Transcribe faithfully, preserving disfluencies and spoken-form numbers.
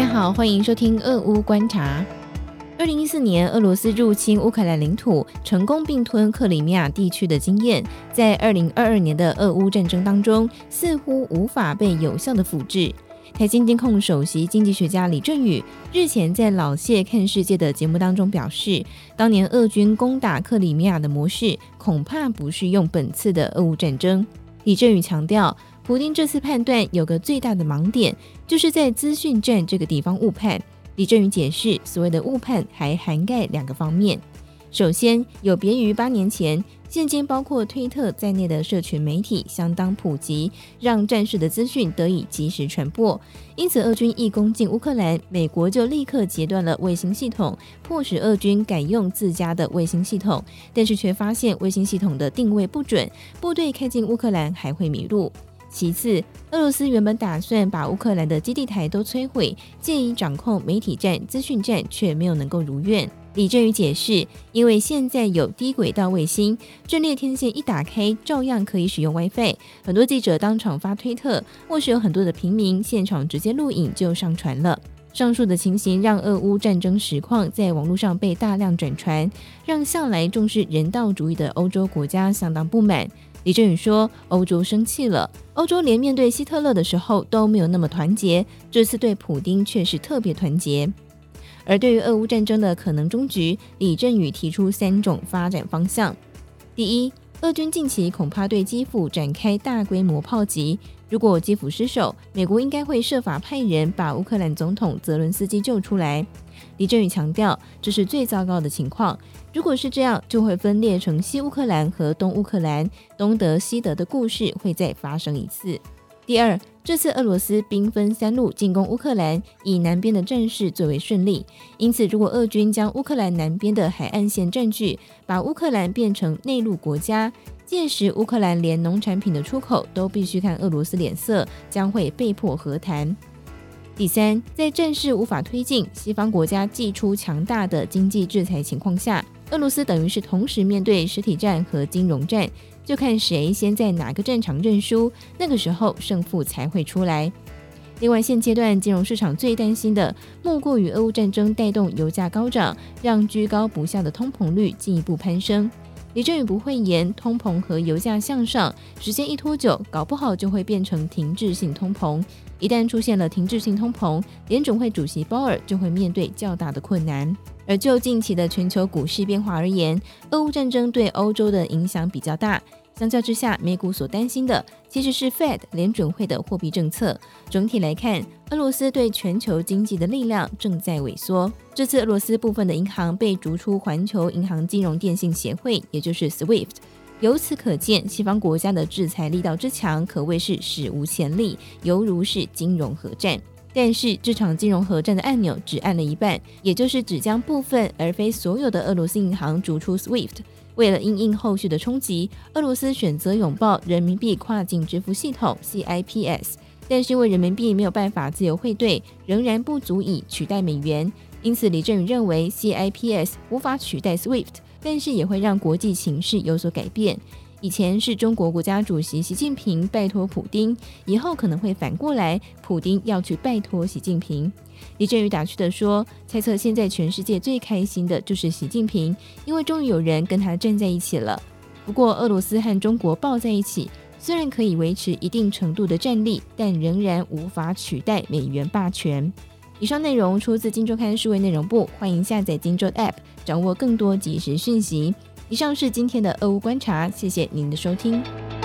好，欢迎收听俄乌观察。二零一四年俄罗斯入侵乌克兰领土，成功并吞克里米亚地区的经验，在二零二二年的俄乌战争当中似乎无法被有效的复制。台经金控首席经济学家李正宇日前在老谢看世界的节目当中表示，当年俄军攻打克里米亚的模式恐怕不适用本次的俄乌战争。李正宇强调，普丁这次判断有个最大的盲点，就是在资讯战这个地方误判。李正宇解释，所谓的误判还涵盖两个方面。首先，有别于八年前，现今包括推特在内的社群媒体相当普及，让战事的资讯得以及时传播。因此，俄军一攻进乌克兰，美国就立刻截断了卫星系统，迫使俄军改用自家的卫星系统，但是却发现卫星系统的定位不准，部队开进乌克兰还会迷路。其次，俄罗斯原本打算把乌克兰的基地台都摧毁，借以掌控媒体战、资讯战，却没有能够如愿。李正宇解释，因为现在有低轨道卫星，阵列天线一打开，照样可以使用 WiFi。很多记者当场发推特，或是有很多的平民现场直接录影就上传了。上述的情形让俄乌战争实况在网络上被大量转传，让向来重视人道主义的欧洲国家相当不满。李正宇说，欧洲生气了，欧洲连面对希特勒的时候都没有那么团结，这次对普丁却是特别团结。而对于俄乌战争的可能终局，李正宇提出三种发展方向。第一，俄军近期恐怕对基辅展开大规模炮击，如果基辅失守，美国应该会设法派人把乌克兰总统泽伦斯基救出来。李正宇强调，这是最糟糕的情况，如果是这样，就会分裂成西乌克兰和东乌克兰，东德西德的故事会再发生一次。第二，这次俄罗斯兵分三路进攻乌克兰，以南边的战事最为顺利，因此如果俄军将乌克兰南边的海岸线占据，把乌克兰变成内陆国家，届时乌克兰连农产品的出口都必须看俄罗斯脸色，将会被迫和谈。第三，在战事无法推进，西方国家祭出强大的经济制裁情况下，俄罗斯等于是同时面对实体战和金融战，就看谁先在哪个战场认输，那个时候胜负才会出来。另外，现阶段金融市场最担心的莫过于俄乌战争带动油价高涨，让居高不下的通膨率进一步攀升。李正宇不讳言，通膨和油价向上，时间一拖久，搞不好就会变成停滞性通膨。一旦出现了停滞性通膨，联准会主席鲍尔就会面对较大的困难。而就近期的全球股市变化而言，俄乌战争对欧洲的影响比较大。相较之下，美股所担心的其实是 Fed 联准会的货币政策。整体来看，俄罗斯对全球经济的力量正在萎缩。这次俄罗斯部分的银行被逐出环球银行金融电信协会，也就是 S W I F T。由此可见，西方国家的制裁力道之强，可谓是史无前例，犹如是金融核战。但是这场金融核战的按钮只按了一半，也就是只将部分而非所有的俄罗斯银行逐出 S W I F T。为了因应后续的冲击，俄罗斯选择拥抱人民币跨境支付系统 C I P S， 但是因为人民币没有办法自由汇兑，仍然不足以取代美元。因此李正宇认为 C I P S 无法取代 S W I F T， 但是也会让国际情势有所改变。以前是中国国家主席习近平拜托普丁，以后可能会反过来，普丁要去拜托习近平。李正宇打趣地说，猜测现在全世界最开心的就是习近平，因为终于有人跟他站在一起了。不过俄罗斯和中国抱在一起，虽然可以维持一定程度的战力，但仍然无法取代美元霸权。以上内容出自今周刊数位内容部，欢迎下载今周 App， 掌握更多即时讯息。以上是今天的俄乌观察，谢谢您的收听。